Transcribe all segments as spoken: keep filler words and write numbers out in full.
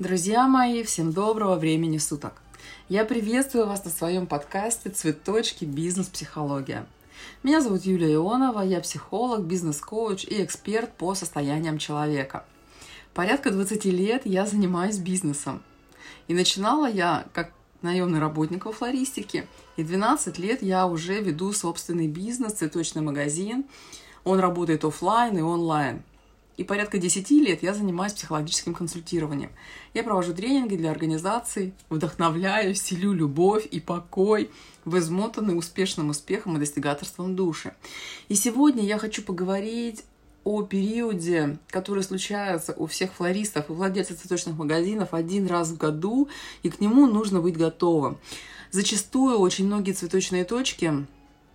Друзья мои, всем доброго времени суток! Я приветствую вас на своем подкасте «Цветочки. Бизнес-психология». Меня зовут Юлия Ионова, я психолог, бизнес-коуч и эксперт по состояниям человека. Порядка двадцати лет я занимаюсь бизнесом. И начинала я как наемный работник во флористике, и двенадцать лет я уже веду собственный бизнес, цветочный магазин. Он работает офлайн и онлайн. И порядка десяти лет я занимаюсь психологическим консультированием. Я провожу тренинги для организаций, вдохновляю, селю любовь и покой в измотанной успешным успехом и достигаторством души. И сегодня я хочу поговорить о периоде, который случается у всех флористов и владельцев цветочных магазинов один раз в году, и к нему нужно быть готовым. Зачастую очень многие цветочные точки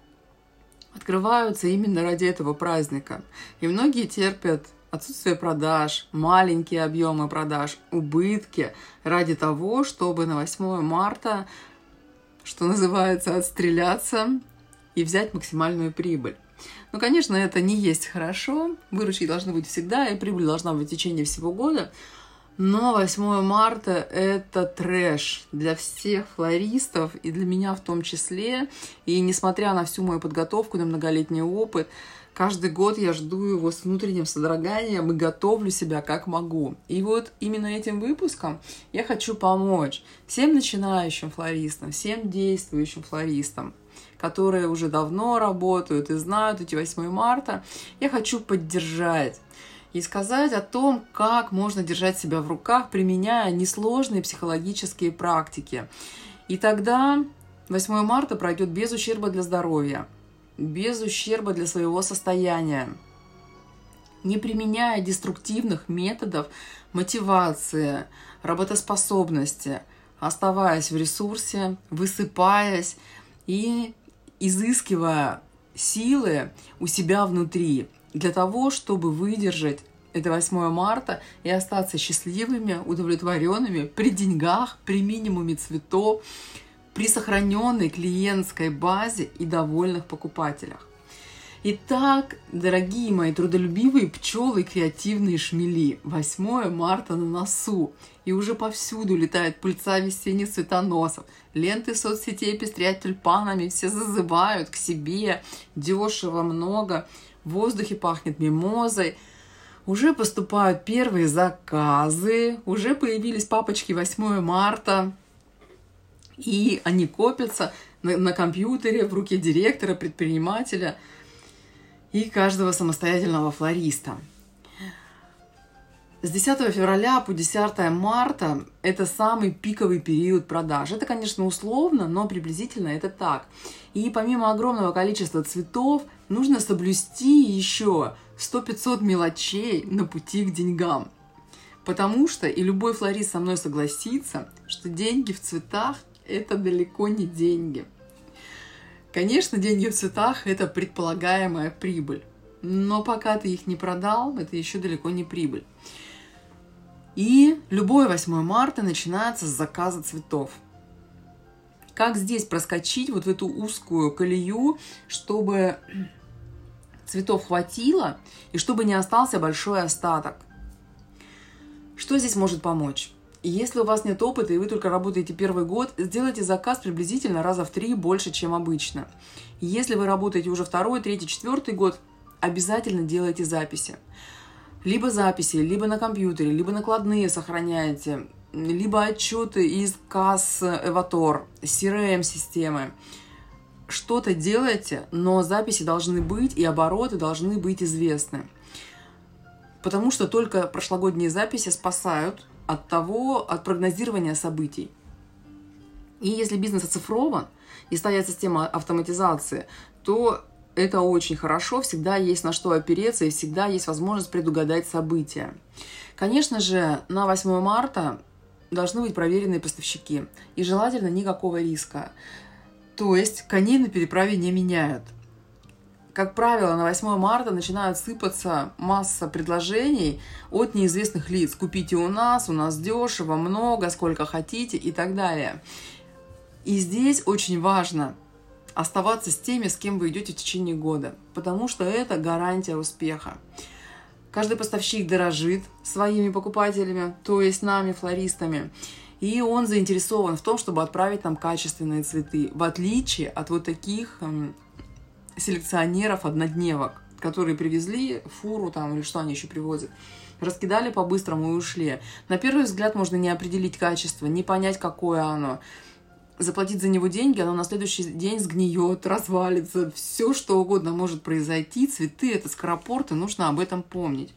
открываются именно ради этого праздника. И многие терпят отсутствие продаж, маленькие объемы продаж, убытки ради того, чтобы на восьмое марта, что называется, отстреляться и взять максимальную прибыль. Ну, конечно, это не есть хорошо, выручки должны быть всегда, и прибыль должна быть в течение всего года, но восьмое марта – это трэш для всех флористов, и для меня в том числе, и несмотря на всю мою подготовку, на многолетний опыт, каждый год я жду его с внутренним содроганием и готовлю себя как могу. И вот именно этим выпуском я хочу помочь всем начинающим флористам, всем действующим флористам, которые уже давно работают и знают эти восьмое марта. Я хочу поддержать и сказать о том, как можно держать себя в руках, применяя несложные психологические практики. И тогда восьмое марта пройдет без ущерба для здоровья, без ущерба для своего состояния, не применяя деструктивных методов мотивации, работоспособности, оставаясь в ресурсе, высыпаясь и изыскивая силы у себя внутри для того, чтобы выдержать это восьмое марта и остаться счастливыми, удовлетворенными при деньгах, при минимуме цветов, при сохраненной клиентской базе и довольных покупателях. Итак, дорогие мои трудолюбивые пчелы и креативные шмели, восьмое марта на носу, и уже повсюду летает пыльца весенних цветоносов, ленты соцсетей пестрят тюльпанами, все зазывают к себе, дешево, много, в воздухе пахнет мимозой, уже поступают первые заказы, уже появились папочки восьмое марта, и они копятся на, на компьютере, в руке директора, предпринимателя и каждого самостоятельного флориста. С десятого февраля по десятое марта – это самый пиковый период продаж. Это, конечно, условно, но приблизительно это так. И помимо огромного количества цветов, нужно соблюсти еще сто-пятьсот мелочей на пути к деньгам. Потому что, и любой флорист со мной согласится, что деньги в цветах – это далеко не деньги. Конечно, деньги в цветах – это предполагаемая прибыль. Но пока ты их не продал, это еще далеко не прибыль. И любое восьмое марта начинается с заказа цветов. Как здесь проскочить вот в эту узкую колею, чтобы цветов хватило и чтобы не остался большой остаток? Что здесь может помочь? Если у вас нет опыта и вы только работаете первый год, сделайте заказ приблизительно раза в три больше, чем обычно. Если вы работаете уже второй, третий, четвертый год, обязательно делайте записи. Либо записи, либо на компьютере, либо накладные сохраняйте, либо отчеты из касс Эватор, си эр эм-системы. Что-то делайте, но записи должны быть и обороты должны быть известны. Потому что только прошлогодние записи спасают от того, от прогнозирования событий. И если бизнес оцифрован и стоит система автоматизации, то это очень хорошо, всегда есть на что опереться и всегда есть возможность предугадать события. Конечно же, на восьмое марта должны быть проверенные поставщики и желательно никакого риска. То есть коней на переправе не меняют. Как правило, на восьмое марта начинают сыпаться масса предложений от неизвестных лиц. Купите у нас, у нас дешево, много, сколько хотите и так далее. И здесь очень важно оставаться с теми, с кем вы идете в течение года, потому что это гарантия успеха. Каждый поставщик дорожит своими покупателями, то есть нами, флористами. И он заинтересован в том, чтобы отправить нам качественные цветы, в отличие от вот таких эм, селекционеров-однодневок, которые привезли фуру там или что они еще привозят, раскидали по-быстрому и ушли. На первый взгляд можно не определить качество, не понять, какое оно. Заплатить за него деньги, оно на следующий день сгниет, развалится, все что угодно может произойти. Цветы – это скоропорт, и нужно об этом помнить.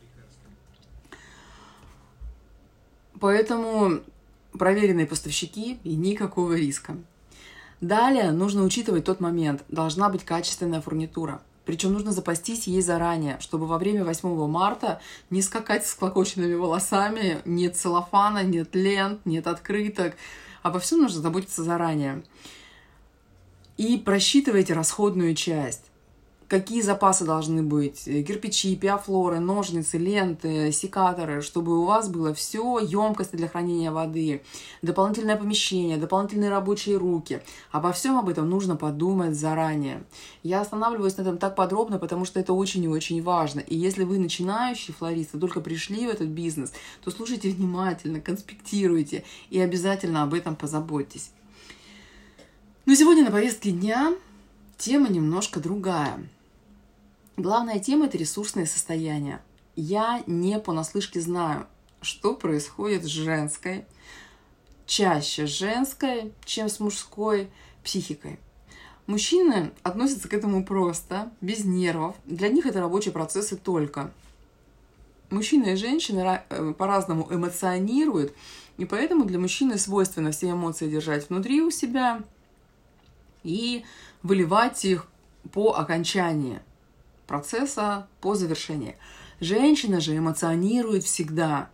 Поэтому проверенные поставщики и никакого риска. Далее нужно учитывать тот момент. Должна быть качественная фурнитура. Причем нужно запастись ей заранее, чтобы во время восьмого марта не скакать с всклокоченными волосами, нет целлофана, нет лент, нет открыток. Обо всем нужно заботиться заранее. И просчитывайте расходную часть. Какие запасы должны быть? Кирпичи, пиафлоры, ножницы, ленты, секаторы, чтобы у вас было все, емкости для хранения воды, дополнительное помещение, дополнительные рабочие руки. Обо всем об этом нужно подумать заранее. Я останавливаюсь на этом так подробно, потому что это очень и очень важно. И если вы начинающий флорист, только пришли в этот бизнес, то слушайте внимательно, конспектируйте и обязательно об этом позаботьтесь. Но сегодня на повестке дня тема немножко другая. Главная тема – это ресурсное состояние. Я не понаслышке знаю, что происходит с женской, чаще женской, чем с мужской психикой. Мужчины относятся к этому просто, без нервов. Для них это рабочие процессы только. Мужчины и женщины по-разному эмоционируют, и поэтому для мужчины свойственно все эмоции держать внутри у себя и выливать их по окончании процесса, по завершении. Женщина же эмоционирует всегда.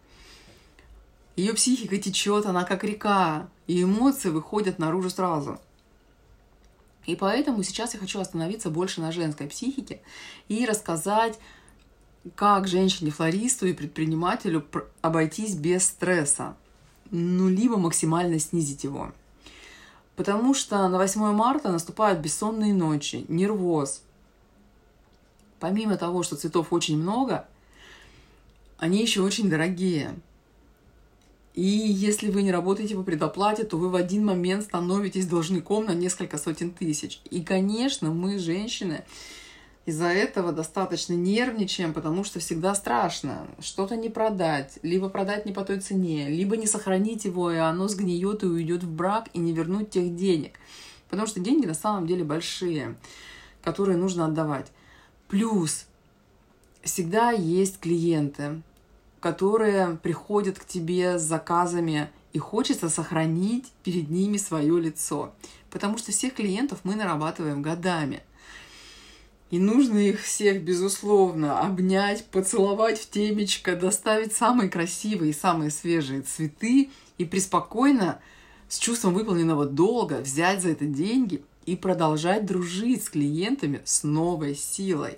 Ее психика течет, она как река, и эмоции выходят наружу сразу. И поэтому сейчас я хочу остановиться больше на женской психике и рассказать, как женщине-флористу и предпринимателю обойтись без стресса, ну, либо максимально снизить его. Потому что на восьмое марта наступают бессонные ночи, нервоз. Помимо того, что цветов очень много, они еще очень дорогие. И если вы не работаете по предоплате, то вы в один момент становитесь должником на несколько сотен тысяч. И, конечно, мы, женщины, из-за этого достаточно нервничаем, потому что всегда страшно что-то не продать, либо продать не по той цене, либо не сохранить его, и оно сгниет и уйдет в брак, и не вернуть тех денег. Потому что деньги на самом деле большие, которые нужно отдавать. Плюс всегда есть клиенты, которые приходят к тебе с заказами, и хочется сохранить перед ними свое лицо. Потому что всех клиентов мы нарабатываем годами. И нужно их всех, безусловно, обнять, поцеловать в темечко, доставить самые красивые и самые свежие цветы и преспокойно, с чувством выполненного долга, взять за это деньги и продолжать дружить с клиентами с новой силой.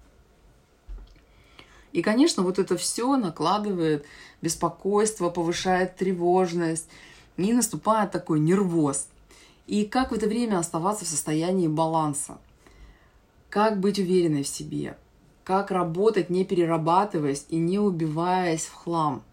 И, конечно, вот это все накладывает беспокойство, повышает тревожность, и наступает такой нервоз. И как в это время оставаться в состоянии баланса? Как быть уверенной в себе? Как работать, не перерабатываясь и не убиваясь в хлам?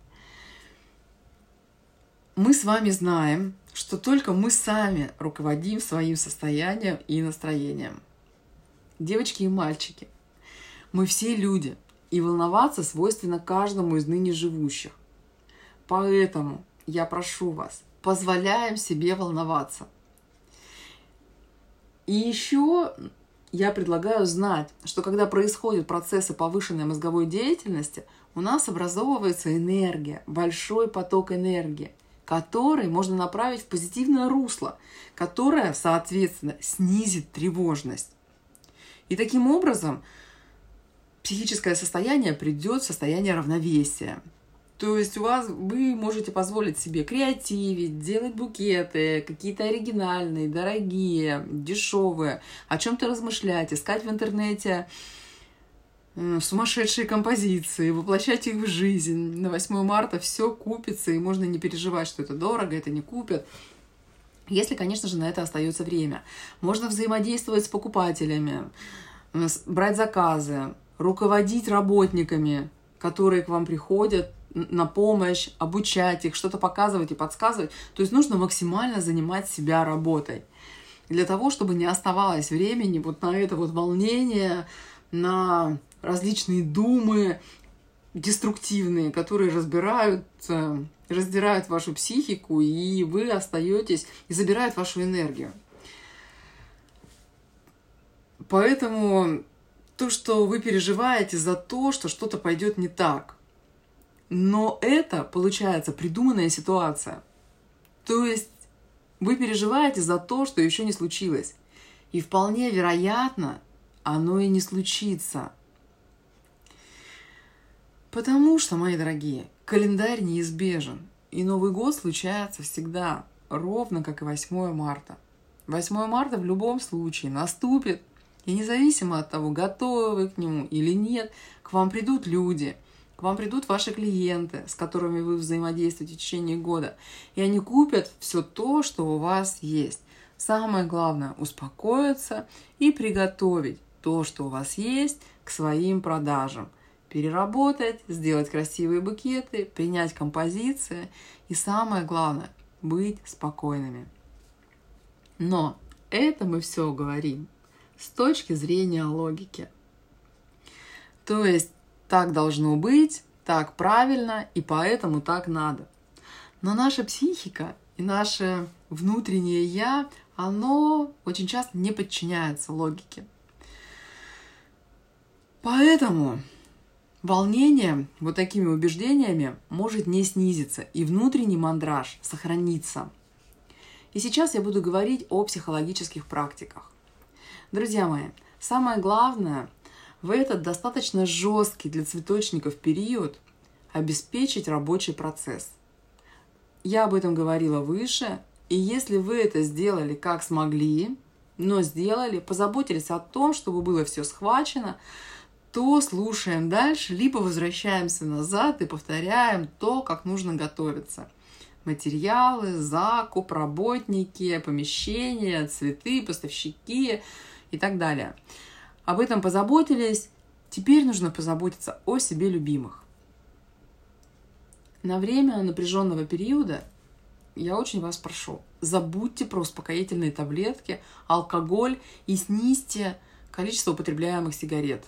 Мы с вами знаем, что только мы сами руководим своим состоянием и настроением. Девочки и мальчики, мы все люди, и волноваться свойственно каждому из ныне живущих. Поэтому я прошу вас, позволяем себе волноваться. И еще я предлагаю знать, что когда происходят процессы повышенной мозговой деятельности, у нас образовывается энергия, большой поток энергии, который можно направить в позитивное русло, которое, соответственно, снизит тревожность. И таким образом психическое состояние придет в состояние равновесия. То есть у вас вы можете позволить себе креативить, делать букеты, какие-то оригинальные, дорогие, дешевые, о чем-то размышлять, искать в интернете сумасшедшие композиции, воплощать их в жизнь. На восьмое марта все купится, и можно не переживать, что это дорого, это не купят. Если, конечно же, на это остается время. Можно взаимодействовать с покупателями, брать заказы, руководить работниками, которые к вам приходят на помощь, обучать их, что-то показывать и подсказывать. То есть нужно максимально занимать себя работой. Для того, чтобы не оставалось времени вот на это вот волнение, на различные думы деструктивные, которые разбирают, раздирают вашу психику, и вы остаетесь и забирают вашу энергию. Поэтому то, что вы переживаете за то, что что-то пойдет не так, но это, получается, придуманная ситуация. То есть вы переживаете за то, что еще не случилось. И вполне вероятно, оно и не случится. Потому что, мои дорогие, календарь неизбежен. И Новый год случается всегда, ровно как и восьмое марта. восьмое марта в любом случае наступит. И независимо от того, готовы вы к нему или нет, к вам придут люди. К вам придут ваши клиенты, с которыми вы взаимодействуете в течение года, и они купят все то, что у вас есть. Самое главное – успокоиться и приготовить то, что у вас есть, к своим продажам. Переработать, сделать красивые букеты, принять композиции и самое главное – быть спокойными. Но это мы все говорим с точки зрения логики. То есть так должно быть, так правильно, и поэтому так надо. Но наша психика и наше внутреннее «я», оно очень часто не подчиняется логике. Поэтому волнение вот такими убеждениями может не снизиться, и внутренний мандраж сохранится. И сейчас я буду говорить о психологических практиках. Друзья мои, самое главное – в этот достаточно жесткий для цветочников период обеспечить рабочий процесс. Я об этом говорила выше, и если вы это сделали как смогли, но сделали, позаботились о том, чтобы было все схвачено, то слушаем дальше, либо возвращаемся назад и повторяем то, как нужно готовиться. Материалы, закуп, работники, помещения, цветы, поставщики и так далее. Об этом позаботились, теперь нужно позаботиться о себе любимых. На время напряженного периода я очень вас прошу, забудьте про успокоительные таблетки, алкоголь и снизьте количество употребляемых сигарет.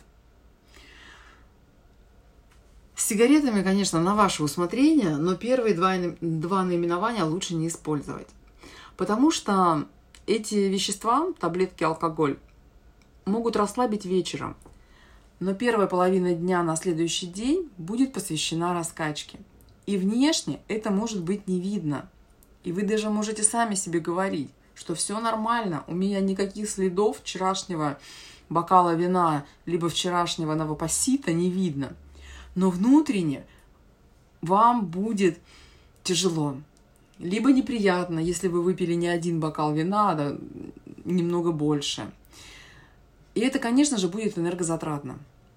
С сигаретами, конечно, на ваше усмотрение, но первые два, два наименования лучше не использовать. Потому что эти вещества, таблетки, алкоголь, могут расслабить вечером, но первая половина дня на следующий день будет посвящена раскачке. И внешне это может быть не видно. И вы даже можете сами себе говорить, что все нормально, у меня никаких следов вчерашнего бокала вина, либо вчерашнего новопосита не видно. Но внутренне вам будет тяжело, либо неприятно, если вы выпили не один бокал вина, а немного больше. И это, конечно же, будет энергозатратно.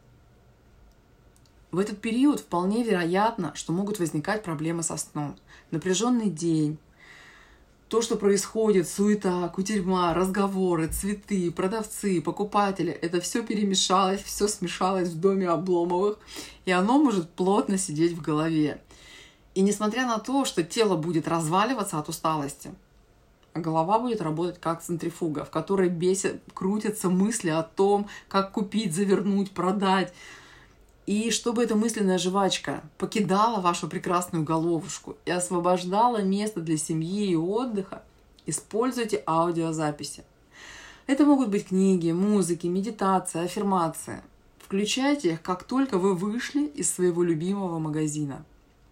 В этот период вполне вероятно, что могут возникать проблемы со сном. Напряженный день, то, что происходит, суета, кутерьма, разговоры, цветы, продавцы, покупатели, это все перемешалось, все смешалось в доме Обломовых, и оно может плотно сидеть в голове. И несмотря на то, что тело будет разваливаться от усталости, голова будет работать как центрифуга, в которой бесит, крутятся мысли о том, как купить, завернуть, продать. И чтобы эта мысленная жвачка покидала вашу прекрасную головушку и освобождала место для семьи и отдыха, используйте аудиозаписи. Это могут быть книги, музыки, медитация, аффирмации. Включайте их, как только вы вышли из своего любимого магазина.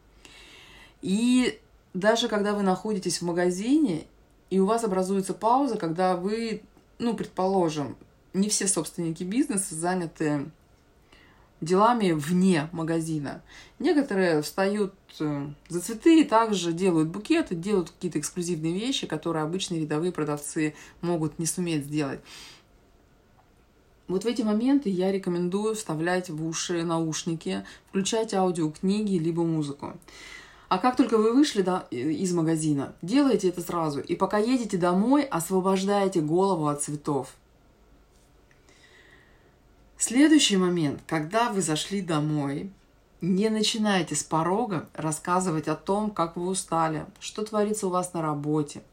И даже когда вы находитесь в магазине, и у вас образуется пауза, когда вы, ну, предположим, не все собственники бизнеса заняты делами вне магазина. Некоторые встают за цветы и также делают букеты, делают какие-то эксклюзивные вещи, которые обычные рядовые продавцы могут не суметь сделать. Вот в эти моменты я рекомендую вставлять в уши наушники, включать аудиокниги либо музыку. А как только вы вышли да, из магазина, делайте это сразу. И пока едете домой, освобождайте голову от цветов. Следующий момент, когда вы зашли домой, Не начинайте с порога рассказывать о том, как вы устали, что творится у вас на работе.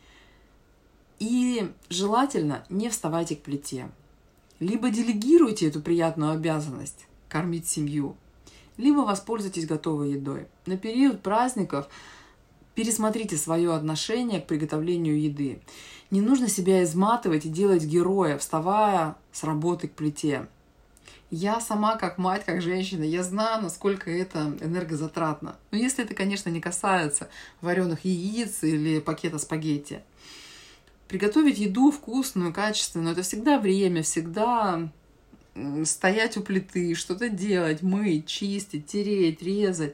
И желательно не вставайте к плите. Либо делегируйте эту приятную обязанность – кормить семью, либо воспользуйтесь готовой едой. На период праздников пересмотрите свое отношение к приготовлению еды. Не нужно себя изматывать и делать героя, вставая с работы к плите. Я сама, как мать, как женщина, я знаю, насколько это энергозатратно. Но если это, конечно, не касается вареных яиц или пакета спагетти. Приготовить еду вкусную, качественную – это всегда время, всегда стоять у плиты, что-то делать, мыть, чистить, тереть, резать.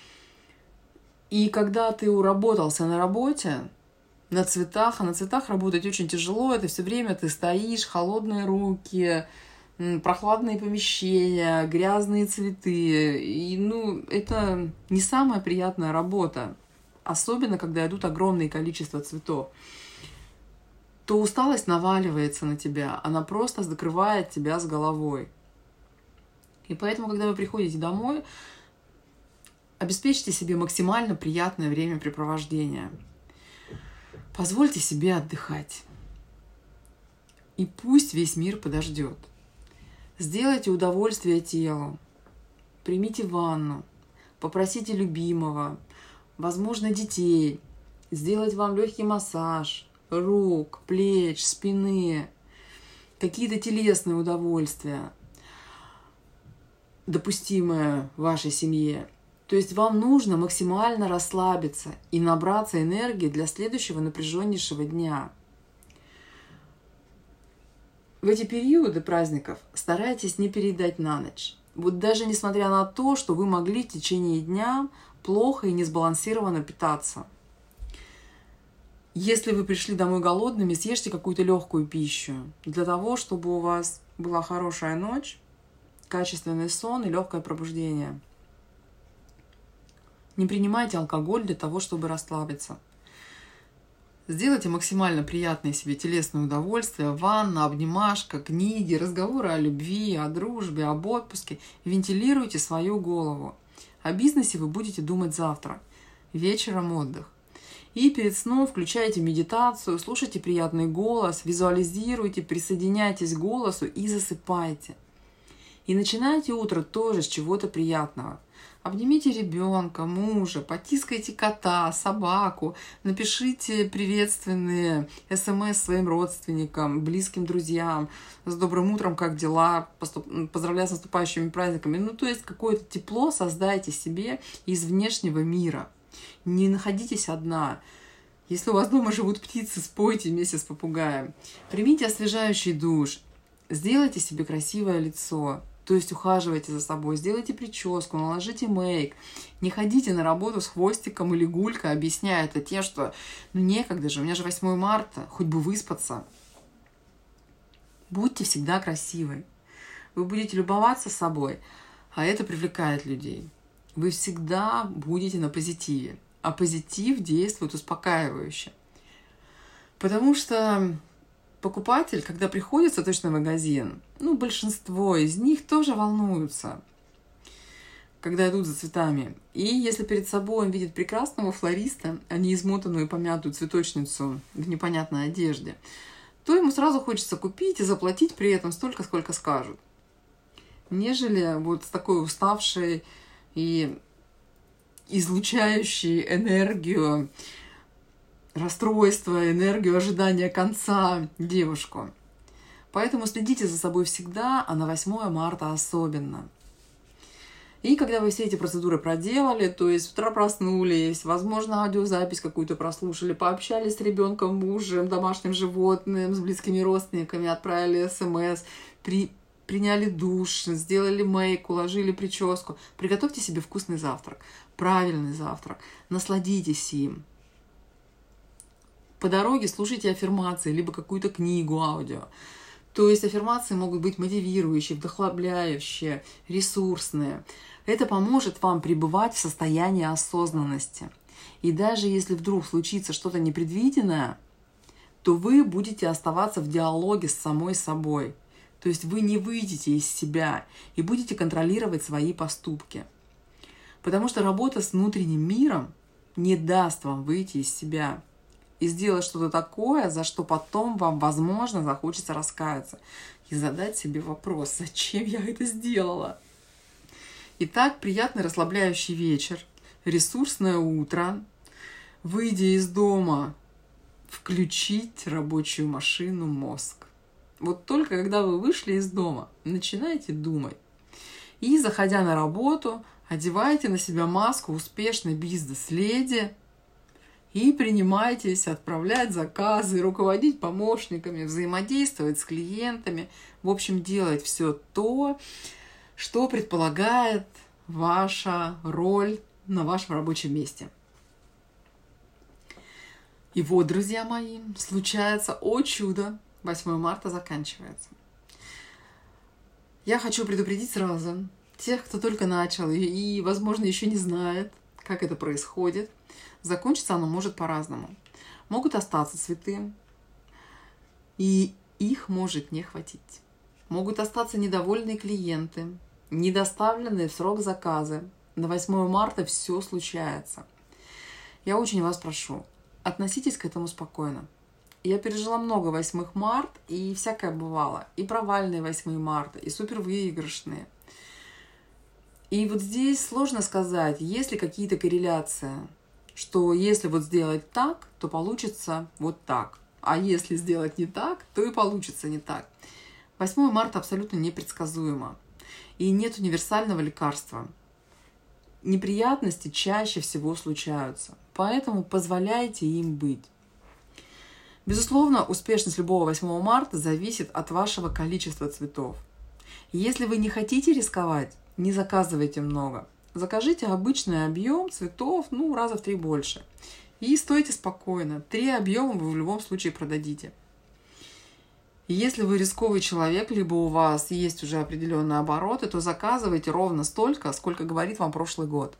И когда ты уработался на работе, на цветах, а на цветах работать очень тяжело, это все время ты стоишь, холодные руки, прохладные помещения, грязные цветы. И, ну, это не самая приятная работа, особенно когда идут огромные количества цветов. То усталость наваливается на тебя, она просто закрывает тебя с головой. И поэтому, когда вы приходите домой, обеспечьте себе максимально приятное времяпрепровождение. Позвольте себе отдыхать. И пусть весь мир подождет. Сделайте удовольствие телу. Примите ванну. Попросите любимого, возможно, детей, сделать вам легкий массаж рук, плеч, спины, какие-то телесные удовольствия, допустимые в вашей семье. То есть вам нужно максимально расслабиться и набраться энергии для следующего напряженнейшего дня. В эти периоды праздников старайтесь не переедать на ночь. Вот даже несмотря на то, что вы могли в течение дня плохо и несбалансированно питаться. Если вы пришли домой голодными, съешьте какую-то легкую пищу для того, чтобы у вас была хорошая ночь, качественный сон и легкое пробуждение. Не принимайте алкоголь для того, чтобы расслабиться. Сделайте максимально приятное себе телесное удовольствие, ванна, обнимашка, книги, разговоры о любви, о дружбе, об отпуске. Вентилируйте свою голову. О бизнесе вы будете думать завтра. Вечером отдых. И перед сном включайте медитацию, слушайте приятный голос, визуализируйте, присоединяйтесь к голосу и засыпайте. И начинайте утро тоже с чего-то приятного. Обнимите ребенка, мужа, потискайте кота, собаку, напишите приветственные смс своим родственникам, близким друзьям, с добрым утром, как дела, поздравляю с наступающими праздниками. Ну, то есть какое-то тепло создайте себе из внешнего мира. Не находитесь одна. Если у вас дома живут птицы, спойте вместе с попугаем. Примите освежающий душ. Сделайте себе красивое лицо. То есть ухаживайте за собой, сделайте прическу, наложите мейк. Не ходите на работу с хвостиком или гулькой, объясняя это тем, что ну некогда же, у меня же восьмое марта, хоть бы выспаться. Будьте всегда красивой. Вы будете любоваться собой, а это привлекает людей. Вы всегда будете на позитиве. А позитив действует успокаивающе. Потому что покупатель, когда приходит в цветочный магазин, ну, большинство из них тоже волнуются, когда идут за цветами. И если перед собой он видит прекрасного флориста, а не измотанную помятую цветочницу в непонятной одежде, то ему сразу хочется купить и заплатить при этом столько, сколько скажут. Нежели вот с такой уставшей и излучающей энергию расстройства, энергию ожидания конца девушку. Поэтому следите за собой всегда, а на восьмое марта особенно. И когда вы все эти процедуры проделали, то есть с утра проснулись, возможно, аудиозапись какую-то прослушали, пообщались с ребенком, мужем, домашним животным, с близкими родственниками, отправили смс, при, приняли душ, сделали мейк, уложили прическу, приготовьте себе вкусный завтрак, правильный завтрак, насладитесь им. По дороге слушайте аффирмации, либо какую-то книгу, аудио. То есть аффирмации могут быть мотивирующие, вдохновляющие, ресурсные. Это поможет вам пребывать в состоянии осознанности. И даже если вдруг случится что-то непредвиденное, то вы будете оставаться в диалоге с самой собой. То есть вы не выйдете из себя и будете контролировать свои поступки. Потому что работа с внутренним миром не даст вам выйти из себя и сделать что-то такое, за что потом вам, возможно, захочется раскаяться и задать себе вопрос, зачем я это сделала? Итак, приятный расслабляющий вечер, ресурсное утро, выйдя из дома, включить рабочую машину мозг. Вот только когда вы вышли из дома, начинайте думать. И, заходя на работу, одевайте на себя маску успешной бизнес-леди и принимайтесь отправлять заказы, руководить помощниками, взаимодействовать с клиентами. В общем, делать все то, что предполагает ваша роль на вашем рабочем месте. И вот, друзья мои, случается, о чудо, восьмое марта заканчивается. Я хочу предупредить сразу тех, кто только начал и, и, возможно, еще не знает, как это происходит. Закончиться оно может по-разному. Могут остаться цветы, и их может не хватить. Могут остаться недовольные клиенты, недоставленные в срок заказы. На восьмое марта все случается. Я очень вас прошу, относитесь к этому спокойно. Я пережила много восьмых март, и всякое бывало. И провальные восьмые марта, и супервыигрышные. И вот здесь сложно сказать, есть ли какие-то корреляции, что если вот сделать так, то получится вот так. А если сделать не так, то и получится не так. восьмое марта абсолютно непредсказуемо. И нет универсального лекарства. Неприятности чаще всего случаются. Поэтому позволяйте им быть. Безусловно, успешность любого восьмого марта зависит от вашего количества цветов. Если вы не хотите рисковать, не заказывайте много. Закажите обычный объем цветов, ну, раза в три больше. И стойте спокойно. Три объема вы в любом случае продадите. Если вы рисковый человек, либо у вас есть уже определенные обороты, то заказывайте ровно столько, сколько говорит вам прошлый год.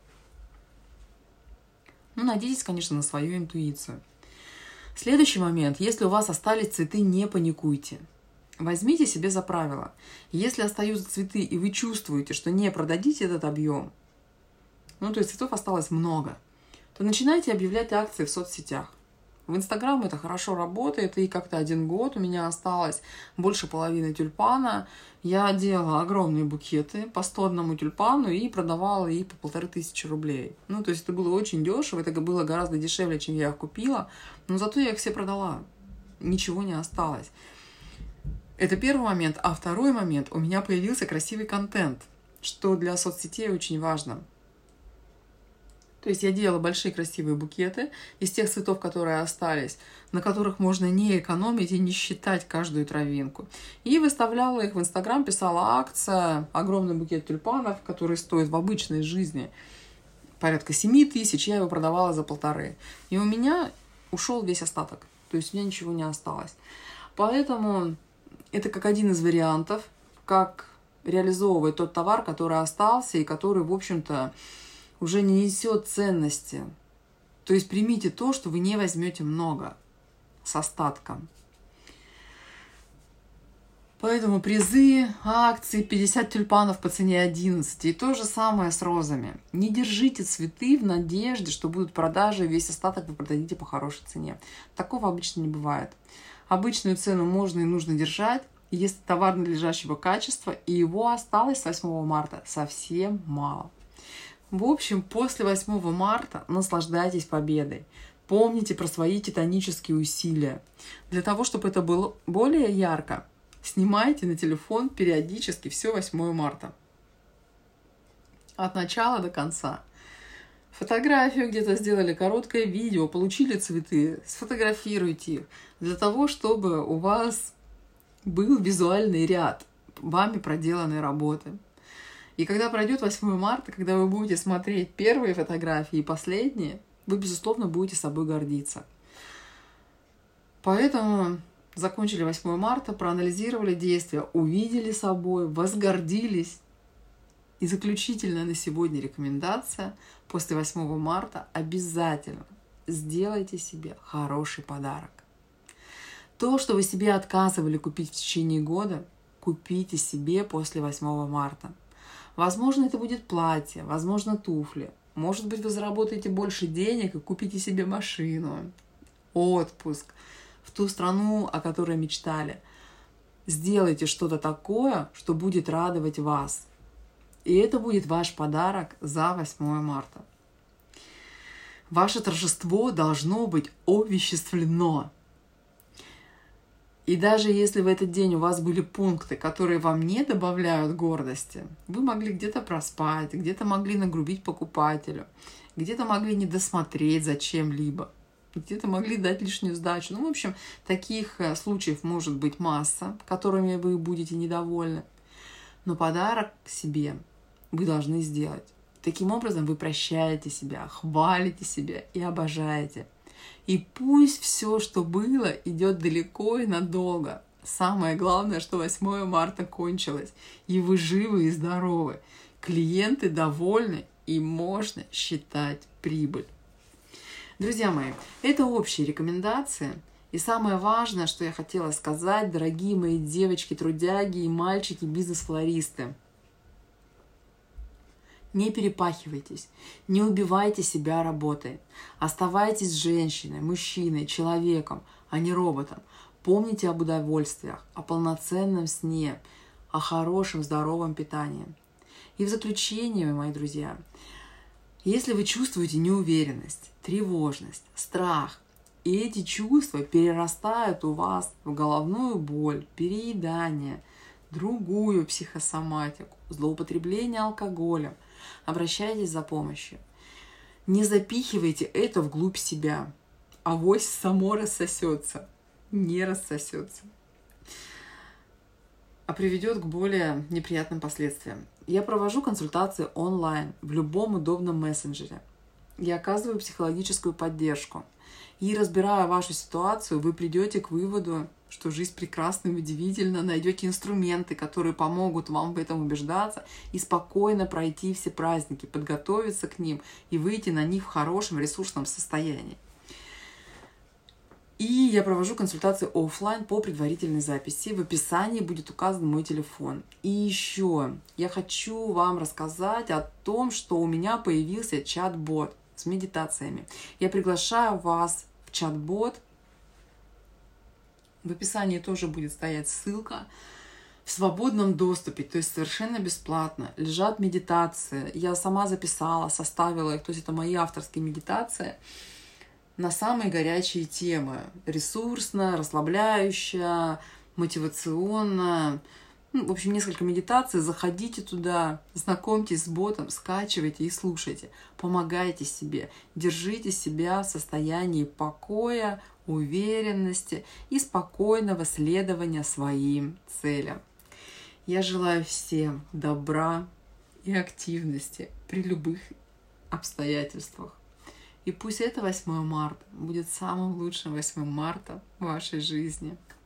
Ну, надейтесь, конечно, на свою интуицию. Следующий момент. Если у вас остались цветы, не паникуйте. Возьмите себе за правило. Если остаются цветы, и вы чувствуете, что не продадите этот объем, ну, то есть цветов осталось много, то начинайте объявлять акции в соцсетях. В Инстаграм это хорошо работает, и как-то один год у меня осталось больше половины тюльпана. Я делала огромные букеты по сто одному тюльпану и продавала их по полторы тысячи рублей. Ну, то есть это было очень дешево, это было гораздо дешевле, чем я их купила, но зато я их все продала. Ничего не осталось. Это первый момент. А второй момент, у меня появился красивый контент, что для соцсетей очень важно. То есть я делала большие красивые букеты из тех цветов, которые остались, на которых можно не экономить и не считать каждую травинку. И выставляла их в Инстаграм, писала акция, огромный букет тюльпанов, который стоит в обычной жизни порядка семи тысяч, я его продавала за полторы. И у меня ушел весь остаток, то есть у меня ничего не осталось. Поэтому это как один из вариантов, как реализовывать тот товар, который остался и который, в общем-то, уже не несет ценности. То есть примите то, что вы не возьмете много, с остатком. Поэтому призы, акции, пятьдесят тюльпанов по цене одиннадцать. И то же самое с розами. Не держите цветы в надежде, что будут продажи, и весь остаток вы продадите по хорошей цене. Такого обычно не бывает. Обычную цену можно и нужно держать, если товар надлежащего качества, и его осталось с восьмого марта совсем мало. В общем, после восьмого марта наслаждайтесь победой. Помните про свои титанические усилия. Для того, чтобы это было более ярко, снимайте на телефон периодически все восьмое марта. От начала до конца. Фотографию где-то сделали, короткое видео, получили цветы, сфотографируйте их. Для того, чтобы у вас был визуальный ряд вами проделанной работы. И когда пройдет восьмое марта, когда вы будете смотреть первые фотографии и последние, вы, безусловно, будете собой гордиться. Поэтому закончили восьмое марта, проанализировали действия, увидели собой, возгордились. И заключительная на сегодня рекомендация: после восьмого марта обязательно сделайте себе хороший подарок. То, что вы себе отказывали купить в течение года, купите себе после восьмого марта. Возможно, это будет платье, возможно, туфли. Может быть, вы заработаете больше денег и купите себе машину, отпуск в ту страну, о которой мечтали. Сделайте что-то такое, что будет радовать вас. И это будет ваш подарок за восьмое марта. Ваше торжество должно быть овеществлено. И даже если в этот день у вас были пункты, которые вам не добавляют гордости, вы могли где-то проспать, где-то могли нагрубить покупателю, где-то могли не досмотреть за чем-либо, где-то могли дать лишнюю сдачу. Ну, в общем, таких случаев может быть масса, которыми вы будете недовольны. Но подарок себе вы должны сделать. Таким образом вы прощаете себя, хвалите себя и обожаете. И пусть все, что было, идет далеко и надолго. Самое главное, что восьмое марта кончилось, и вы живы и здоровы. Клиенты довольны, и можно считать прибыль. Друзья мои, это общие рекомендации. И самое важное, что я хотела сказать, дорогие мои девочки-трудяги и мальчики-бизнес-флористы. Не перепахивайтесь, не убивайте себя работой. Оставайтесь женщиной, мужчиной, человеком, а не роботом. Помните об удовольствиях, о полноценном сне, о хорошем здоровом питании. И в заключение, мои друзья, если вы чувствуете неуверенность, тревожность, страх, и эти чувства перерастают у вас в головную боль, переедание, другую психосоматику, злоупотребление алкоголем, обращайтесь за помощью. Не запихивайте это вглубь себя. Авось само рассосется. Не рассосется. А приведет к более неприятным последствиям. Я провожу консультации онлайн в любом удобном мессенджере. Я оказываю психологическую поддержку. И, разбирая вашу ситуацию, вы придете к выводу, что жизнь прекрасна и удивительна, найдете инструменты, которые помогут вам в этом убеждаться и спокойно пройти все праздники, подготовиться к ним и выйти на них в хорошем ресурсном состоянии. И я провожу консультации офлайн по предварительной записи. В описании будет указан мой телефон. И еще я хочу вам рассказать о том, что у меня появился чат-бот с медитациями. Я приглашаю вас в чат-бот. В описании тоже будет стоять ссылка. В свободном доступе, то есть совершенно бесплатно, лежат медитации. Я сама записала, составила их, то есть это мои авторские медитации на самые горячие темы. Ресурсно, расслабляюще, мотивационно. Ну, в общем, несколько медитаций. Заходите туда, знакомьтесь с ботом, скачивайте и слушайте. Помогайте себе, держите себя в состоянии покоя, уверенности и спокойного следования своим целям. Я желаю всем добра и активности при любых обстоятельствах. И пусть это восьмое марта будет самым лучшим восьмым марта в вашей жизни.